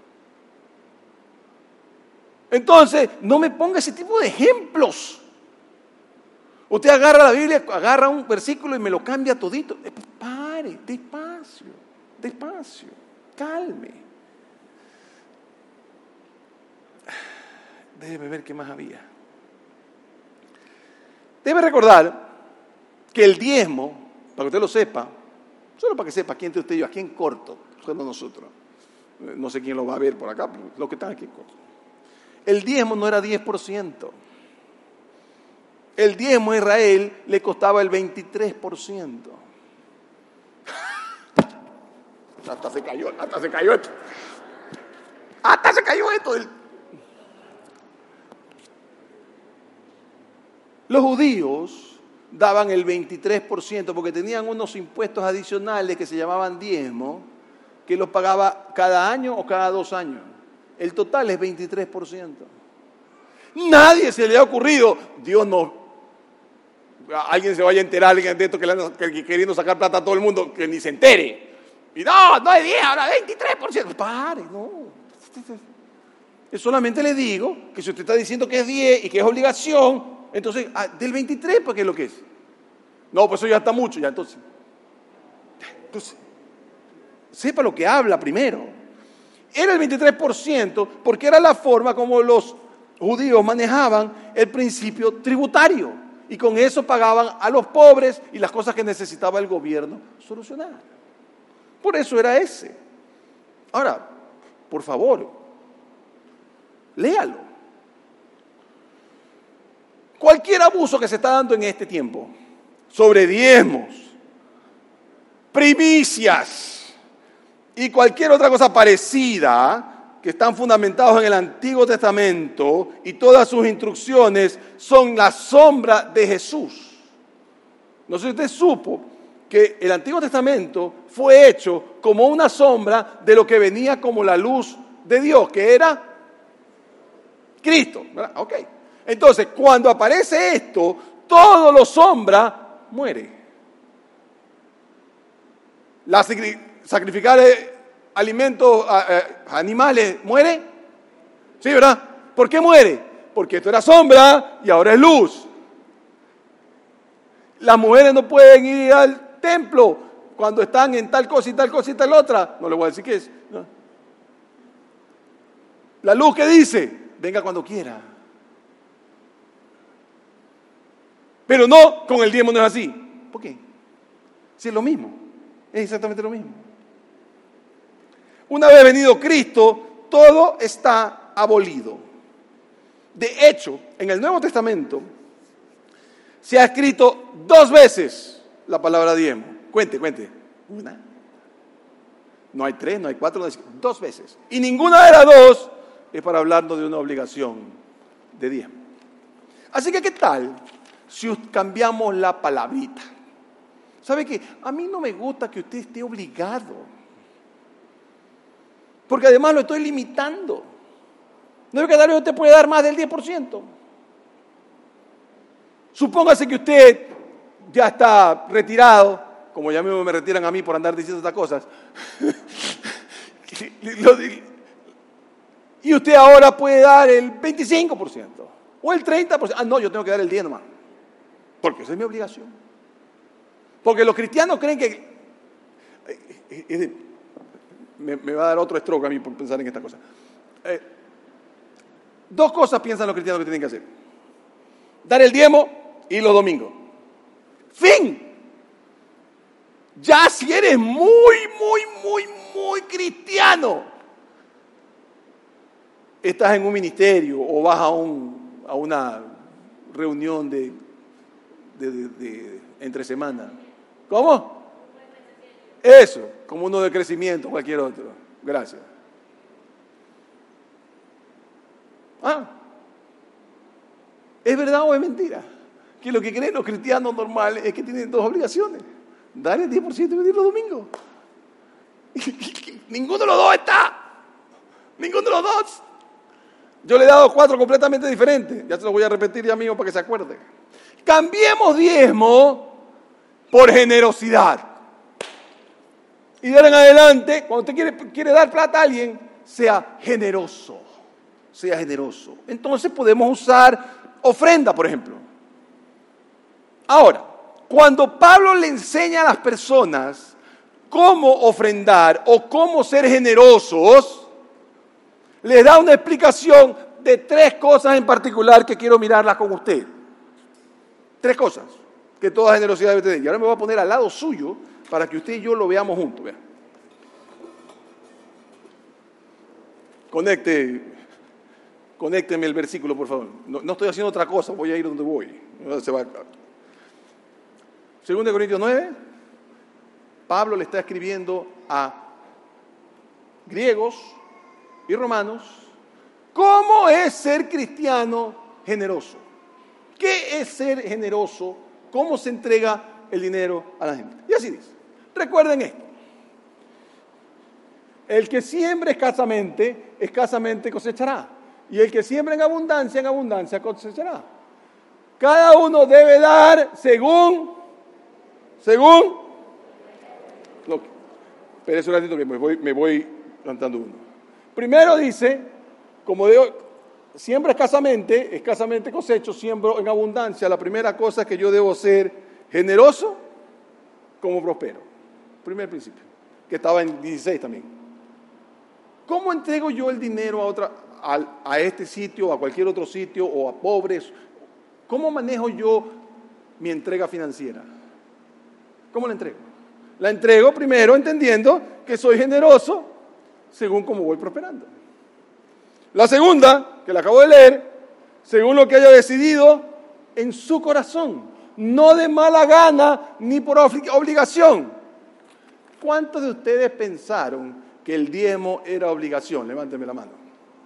[SPEAKER 1] Entonces, no me ponga ese tipo de ejemplos. Usted agarra la Biblia, agarra un versículo y me lo cambia todito. Pare, despacio, despacio, calme. Déjeme ver qué más había. Debe recordar que el diezmo, para que usted lo sepa, solo para que sepa aquí entre usted y yo, aquí en corto, solo nosotros. No sé quién lo va a ver por acá, pero los que están aquí en corto. El diezmo no era 10%. El diezmo a Israel le costaba el 23%. Hasta se cayó esto. Hasta se cayó esto. Los judíos daban el 23% porque tenían unos impuestos adicionales que se llamaban diezmo, que los pagaba cada año o cada 2 años. El total es 23%. Nadie se le ha ocurrido, Dios no, alguien se vaya a enterar, alguien de esto que queriendo sacar plata a todo el mundo, que ni se entere. Y no es 10, ahora 23%. Pare, no. Yo solamente le digo que si usted está diciendo que es 10 y que es obligación, entonces, del 23, ¿para qué es lo que es? No, pues eso ya está mucho, ya entonces, sepa lo que habla primero. Era el 23% porque era la forma como los judíos manejaban el principio tributario. Y con eso pagaban a los pobres y las cosas que necesitaba el gobierno solucionar. Por eso era ese. Ahora, por favor, léalo. Cualquier abuso que se está dando en este tiempo sobre diezmos, primicias y cualquier otra cosa parecida que están fundamentados en el Antiguo Testamento y todas sus instrucciones son la sombra de Jesús. No sé si usted supo que el Antiguo Testamento fue hecho como una sombra de lo que venía como la luz de Dios, que era Cristo, ¿verdad? Ok. Entonces, cuando aparece esto, todo lo sombra muere. Sacrificar alimentos animales, ¿muere? Sí, ¿verdad? ¿Por qué muere? Porque esto era sombra y ahora es luz. Las mujeres no pueden ir al templo cuando están en tal cosa y tal cosa y tal otra. No le voy a decir qué es. No. La luz que dice, venga cuando quiera. Pero no, con el diezmo no es así. ¿Por qué? Si es lo mismo. Es exactamente lo mismo. Una vez venido Cristo, todo está abolido. De hecho, en el Nuevo Testamento se ha escrito 2 veces la palabra diezmo. Cuente. Una. No hay 3, no hay 4, no hay 5. 2 veces. Y ninguna de las 2 es para hablarnos de una obligación de diezmo. Así que, ¿qué tal si cambiamos la palabrita? ¿Sabe qué? A mí no me gusta que usted esté obligado. Porque además lo estoy limitando. No es que tal vez usted puede dar más del 10%. Supóngase que usted ya está retirado, como ya mismo me retiran a mí por andar diciendo estas cosas. Y usted ahora puede dar el 25% o el 30%. Ah, no, yo tengo que dar el 10% nomás. Porque esa es mi obligación. Porque los cristianos creen que... Me va a dar otro stroke a mí por pensar en esta cosa. 2 cosas piensan los cristianos que tienen que hacer. Dar el diezmo y los domingos. ¡Fin! Ya si eres muy cristiano, estás en un ministerio o vas a una reunión de entre semana. ¿Cómo? Eso, como uno de crecimiento, cualquier otro. Gracias. ¿Es verdad o es mentira? Que lo que creen los cristianos normales es que tienen 2 obligaciones. Dar el 10% y venir los domingos. Ninguno de los 2 está. Ninguno de los 2. Yo le he dado 4 completamente diferentes. Ya se los voy a repetir ya mismo para que se acuerden. Cambiemos diezmo por generosidad. Y de ahora en adelante, cuando usted quiere dar plata a alguien, sea generoso. Sea generoso. Entonces podemos usar ofrenda, por ejemplo. Ahora, cuando Pablo le enseña a las personas cómo ofrendar o cómo ser generosos, les da una explicación de 3 cosas en particular que quiero mirarlas con usted. 3 cosas que toda generosidad debe tener. Y ahora me voy a poner al lado suyo para que usted y yo lo veamos juntos. Vean. Conécteme el versículo, por favor. No estoy haciendo otra cosa, voy a ir donde voy. Se va. 2 Corintios 9, Pablo le está escribiendo a griegos y romanos cómo es ser cristiano generoso. ¿Qué es ser generoso? ¿Cómo se entrega el dinero a la gente? Y así dice. Recuerden esto. El que siembra escasamente cosechará. Y el que siembra en abundancia cosechará. Cada uno debe dar según espérese un ratito que me voy cantando uno. Primero dice, como digo, siembra escasamente cosecho, siembro en abundancia. La primera cosa es que yo debo ser generoso como prospero. Primer principio, que estaba en 16 también. ¿Cómo entrego yo el dinero a este sitio, o a cualquier otro sitio, o a pobres? ¿Cómo manejo yo mi entrega financiera? ¿Cómo la entrego? La entrego primero entendiendo que soy generoso según cómo voy prosperando. La segunda, que la acabo de leer, según lo que haya decidido en su corazón, no de mala gana ni por obligación. ¿Cuántos de ustedes pensaron que el diezmo era obligación? Levánteme la mano.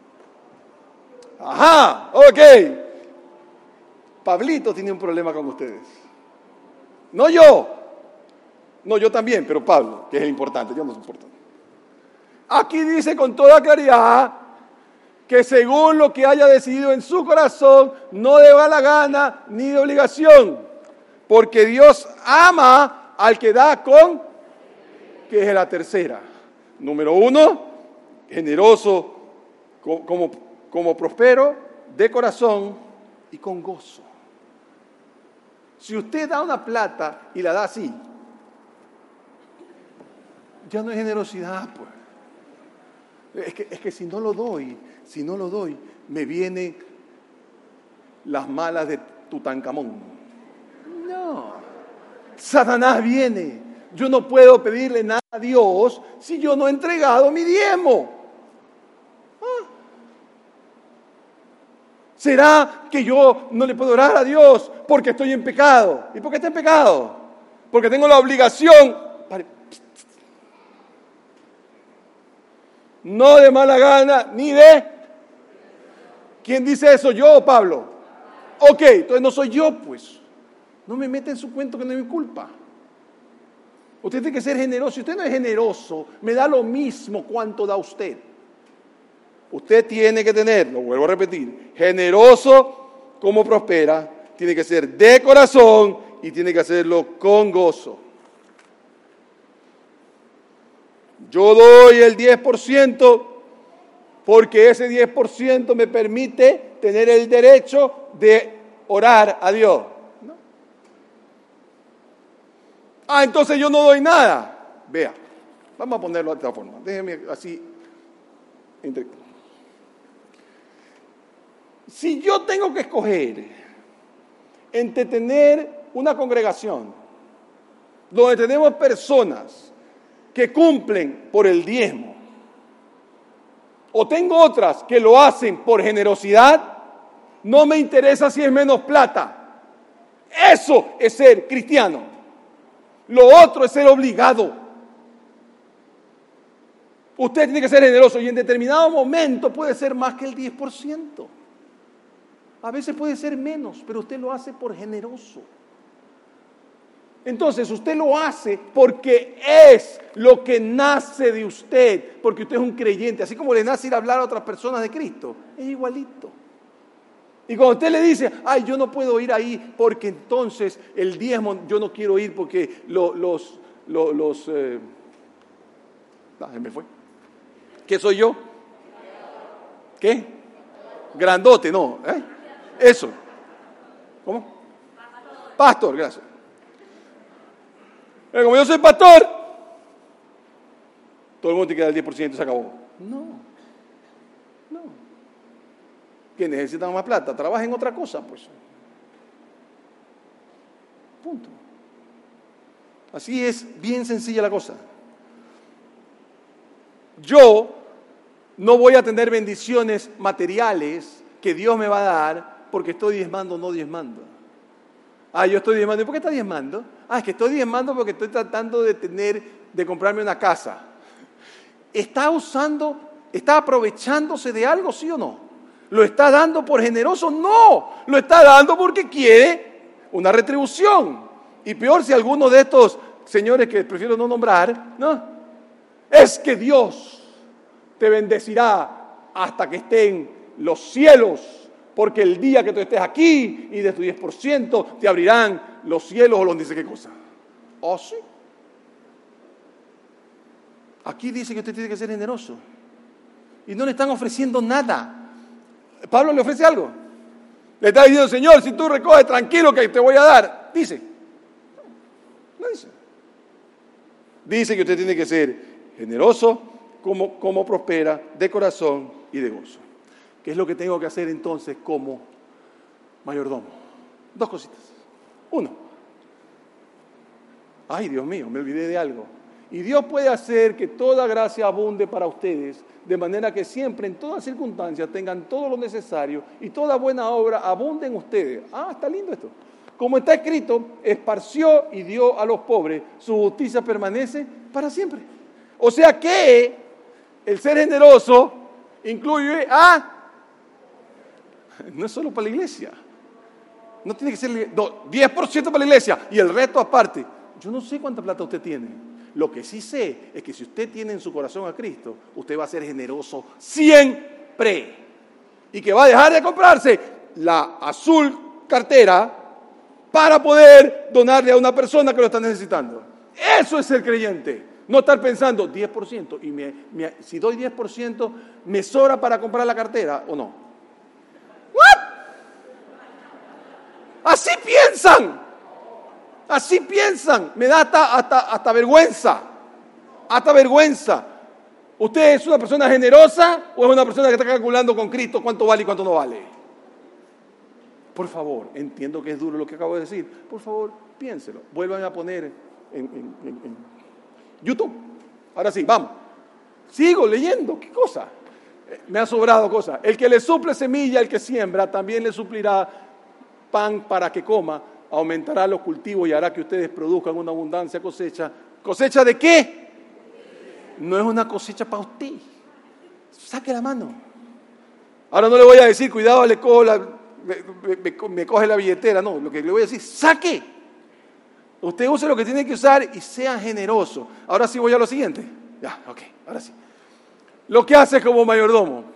[SPEAKER 1] Ajá, ok. Pablito tiene un problema con ustedes. No yo. No, yo también, pero Pablo, que es el importante, yo no soy importante. Aquí dice con toda claridad que según lo que haya decidido en su corazón, no de mala gana ni de obligación, porque Dios ama al que da con, que es la tercera. Número 1, generoso como prospero, de corazón y con gozo. Si usted da una plata y la da así, ya no es generosidad, pues. Es que si no lo doy, me vienen las malas de Tutankamón. No. Satanás viene. Yo no puedo pedirle nada a Dios si yo no he entregado mi diezmo. ¿Será que yo no le puedo orar a Dios porque estoy en pecado? ¿Y por qué está en pecado? Porque tengo la obligación. No de mala gana, ni de... ¿Quién dice eso? ¿Yo o Pablo? Ok, entonces no soy yo, pues. No me meta en su cuento que no es mi culpa. Usted tiene que ser generoso. Si usted no es generoso, me da lo mismo cuánto da usted. Usted tiene que tener, lo vuelvo a repetir, generoso como prospera, tiene que ser de corazón y tiene que hacerlo con gozo. Yo doy el 10% porque ese 10% me permite tener el derecho de orar a Dios. ¿No? Entonces yo no doy nada. Vea, vamos a ponerlo de esta forma. Déjeme así. Si yo tengo que escoger entre tener una congregación donde tenemos personas que cumplen por el diezmo, o tengo otras que lo hacen por generosidad, no me interesa si es menos plata. Eso es ser cristiano. Lo otro es ser obligado. Usted tiene que ser generoso y en determinado momento puede ser más que el 10%. A veces puede ser menos, pero usted lo hace por generoso. Entonces usted lo hace porque es lo que nace de usted, porque usted es un creyente, así como le nace ir a hablar a otras personas de Cristo, es igualito. Y cuando usted le dice, ay, yo no puedo ir ahí porque entonces el diezmo, yo no quiero ir porque me fue. ¿Qué soy yo? ¿Qué? Grandote, no. Eso. ¿Cómo? Pastor, gracias. Como yo soy pastor, todo el mundo tiene que dar el 10% y se acabó. No. Que necesitan más plata, trabajen en otra cosa, pues. Punto. Así es, bien sencilla la cosa. Yo no voy a tener bendiciones materiales que Dios me va a dar porque estoy diezmando o no diezmando. Yo estoy diezmando. ¿Y por qué está diezmando? Es que estoy diezmando porque estoy tratando de comprarme una casa. ¿Está aprovechándose de algo, sí o no? ¿Lo está dando por generoso? No, lo está dando porque quiere una retribución. Y peor si alguno de estos señores que prefiero no nombrar, ¿no? Es que Dios te bendecirá hasta que estén los cielos, porque el día que tú estés aquí y de tu 10% te abrirán los cielos o los dice qué cosa. ¿Oh, sí? Aquí dice que usted tiene que ser generoso. Y no le están ofreciendo nada. ¿Pablo le ofrece algo? Le está diciendo, Señor, si tú recoges, tranquilo que te voy a dar. Dice. No dice. Dice que usted tiene que ser generoso como prospera, de corazón y de gozo. ¿Qué es lo que tengo que hacer entonces como mayordomo? Dos cositas. Uno. Ay, Dios mío, me olvidé de algo. Y Dios puede hacer que toda gracia abunde para ustedes, de manera que siempre, en todas circunstancias, tengan todo lo necesario y toda buena obra abunde en ustedes. Está lindo esto. Como está escrito, esparció y dio a los pobres, su justicia permanece para siempre. O sea que el ser generoso incluye no es solo para la iglesia. No tiene que ser 10% para la iglesia y el resto aparte. Yo no sé cuánta plata usted tiene. Lo que sí sé es que si usted tiene en su corazón a Cristo, usted va a ser generoso siempre. Y que va a dejar de comprarse la azul cartera para poder donarle a una persona que lo está necesitando. Eso es ser creyente. No estar pensando 10% y si doy 10%, ¿me sobra para comprar la cartera o no? ¿What? Así piensan. Así piensan, me da hasta vergüenza, hasta vergüenza. ¿Usted es una persona generosa o es una persona que está calculando con Cristo cuánto vale y cuánto no vale? Por favor, entiendo que es duro lo que acabo de decir, por favor, piénselo, vuelvan a poner en YouTube. Ahora sí, vamos, sigo leyendo, ¿qué cosa? Me ha sobrado cosas. El que le suple semilla, el que siembra, también le suplirá pan para que coma. Aumentará los cultivos y hará que ustedes produzcan una abundancia cosecha. ¿Cosecha de qué? No es una cosecha para usted. Saque la mano. Ahora no le voy a decir, cuidado, me coge la billetera. No, lo que le voy a decir, saque. Usted use lo que tiene que usar y sea generoso. Ahora sí voy a lo siguiente. Ya, ok, ahora sí. Lo que hace como mayordomo.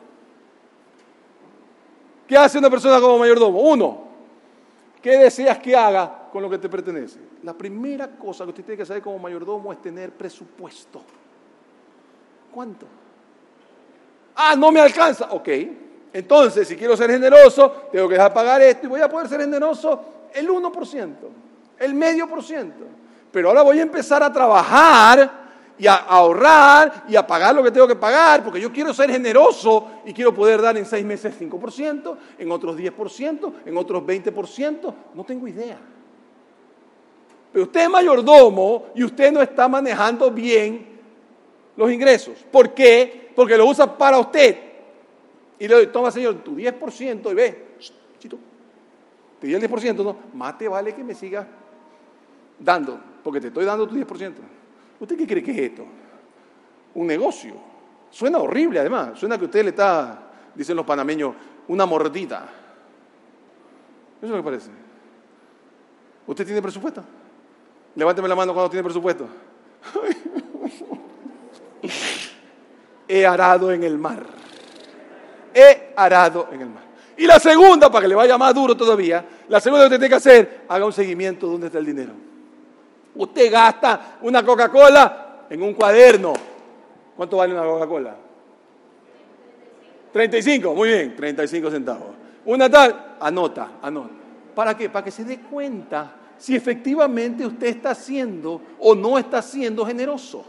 [SPEAKER 1] ¿Qué hace una persona como mayordomo? Uno. ¿Qué deseas que haga con lo que te pertenece? La primera cosa que usted tiene que saber como mayordomo es tener presupuesto. ¿Cuánto? No me alcanza. Ok. Entonces, si quiero ser generoso, tengo que dejar pagar esto y voy a poder ser generoso el 1%, el 0,5%. Pero ahora voy a empezar a trabajar y a ahorrar y a pagar lo que tengo que pagar, porque yo quiero ser generoso y quiero poder dar en 6 meses 5%, en otros 10%, en otros 20%, no tengo idea. Pero usted es mayordomo y usted no está manejando bien los ingresos. ¿Por qué? Porque lo usa para usted. Y le doy, toma señor, tu 10% y ve, chito, te di el 10%, no, más te vale que me sigas dando, porque te estoy dando tu 10%. ¿Usted qué cree que es esto? Un negocio. Suena horrible además. Suena que usted le está, dicen los panameños, una mordida. Eso es lo que parece. ¿Usted tiene presupuesto? Levánteme la mano cuando tiene presupuesto. He arado en el mar. He arado en el mar. Y la segunda, para que le vaya más duro todavía, la segunda que usted tiene que hacer, haga un seguimiento de dónde está el dinero. Usted gasta una Coca-Cola en un cuaderno. ¿Cuánto vale una Coca-Cola? 35, muy bien, 35 centavos. Una tal, anota. ¿Para qué? Para que se dé cuenta si efectivamente usted está siendo o no está siendo generoso.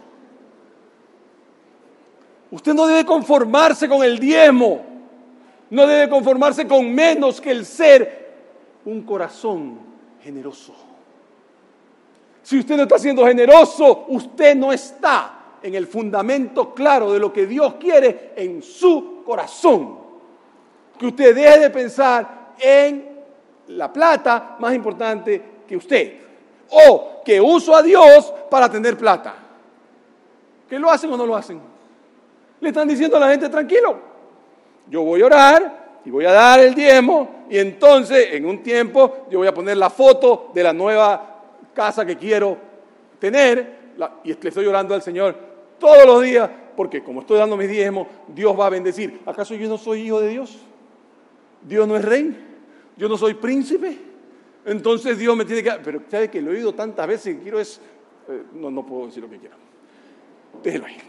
[SPEAKER 1] Usted no debe conformarse con el diezmo, no debe conformarse con menos que el ser un corazón generoso. Si usted no está siendo generoso, usted no está en el fundamento claro de lo que Dios quiere en su corazón. Que usted deje de pensar en la plata más importante que usted. O que uso a Dios para tener plata. ¿Que lo hacen o no lo hacen? Le están diciendo a la gente, tranquilo, yo voy a orar y voy a dar el diezmo y entonces en un tiempo yo voy a poner la foto de la nueva casa que quiero tener y le estoy orando al Señor todos los días porque como estoy dando mis diezmos, Dios va a bendecir. ¿Acaso yo no soy hijo de Dios? ¿Dios no es rey? ¿Yo no soy príncipe? Entonces Dios me tiene que... Pero ¿sabe que lo he oído tantas veces que quiero es... No puedo decir lo que quiero. Déjelo ahí.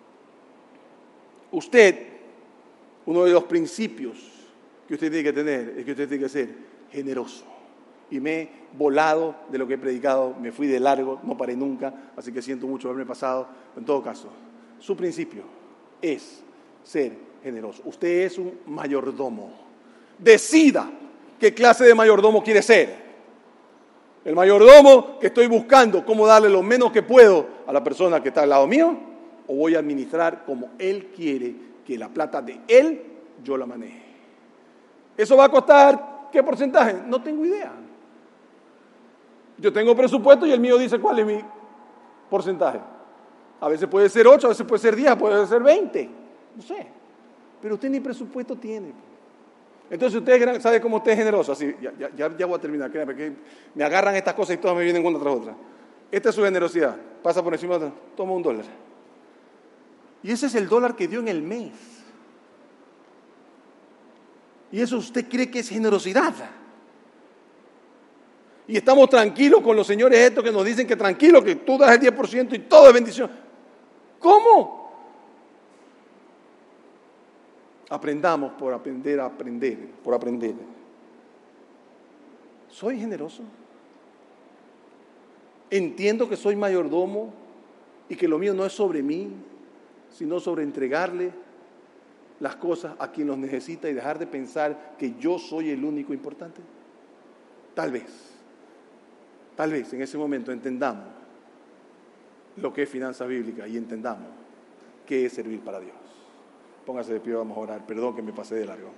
[SPEAKER 1] Usted, uno de los principios que usted tiene que tener es que usted tiene que ser generoso. Y me he volado de lo que he predicado, me fui de largo, no paré nunca, así que siento mucho haberme pasado. En todo caso, su principio es ser generoso. Usted es un mayordomo. Decida qué clase de mayordomo quiere ser. El mayordomo que estoy buscando cómo darle lo menos que puedo a la persona que está al lado mío, o voy a administrar como Él quiere que la plata de Él yo la maneje. ¿Eso va a costar qué porcentaje? No tengo idea. Yo tengo presupuesto y el mío dice cuál es mi porcentaje. A veces puede ser 8, a veces puede ser 10, puede ser 20. No sé. Pero usted ni presupuesto tiene. Entonces usted sabe cómo usted es generoso. Así, ya voy a terminar. Porque me agarran estas cosas y todas me vienen una tras otra. Esta es su generosidad. Pasa por encima de otra. Toma $1. Y ese es el dólar que dio en el mes. Y eso usted cree que es generosidad. Y estamos tranquilos con los señores estos que nos dicen que tranquilo, que tú das el 10% y todo es bendición. ¿Cómo? Aprendamos por aprender a aprender, por aprender. ¿Soy generoso? Entiendo que soy mayordomo y que lo mío no es sobre mí, sino sobre entregarle las cosas a quien los necesita y dejar de pensar que yo soy el único importante. Tal vez en ese momento entendamos lo que es finanza bíblica y entendamos qué es servir para Dios. Póngase de pie, vamos a orar. Perdón que me pasé de largo.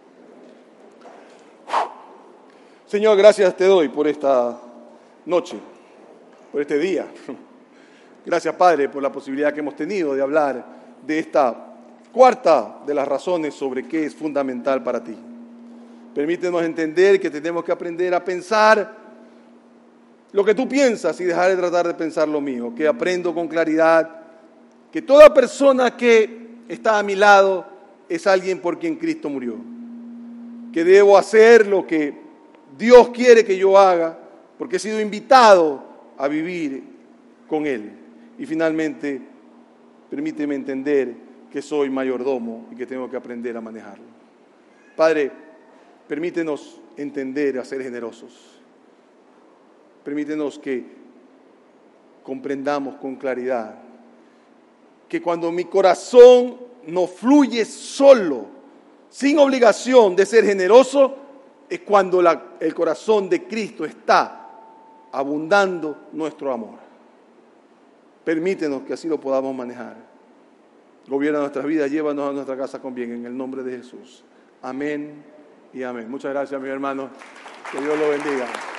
[SPEAKER 1] Señor, gracias te doy por esta noche, por este día. Gracias, Padre, por la posibilidad que hemos tenido de hablar de esta cuarta de las razones sobre qué es fundamental para ti. Permítenos entender que tenemos que aprender a pensar lo que tú piensas y dejar de tratar de pensar lo mío, que aprendo con claridad que toda persona que está a mi lado es alguien por quien Cristo murió, que debo hacer lo que Dios quiere que yo haga porque he sido invitado a vivir con Él. Y finalmente, permíteme entender que soy mayordomo y que tengo que aprender a manejarlo. Padre, permítenos entender a ser generosos. Permítenos que comprendamos con claridad que cuando mi corazón no fluye solo, sin obligación de ser generoso, es cuando el corazón de Cristo está abundando nuestro amor. Permítenos que así lo podamos manejar. Gobierna nuestras vidas, llévanos a nuestra casa con bien, en el nombre de Jesús. Amén y amén. Muchas gracias, mi hermano. Que Dios lo bendiga.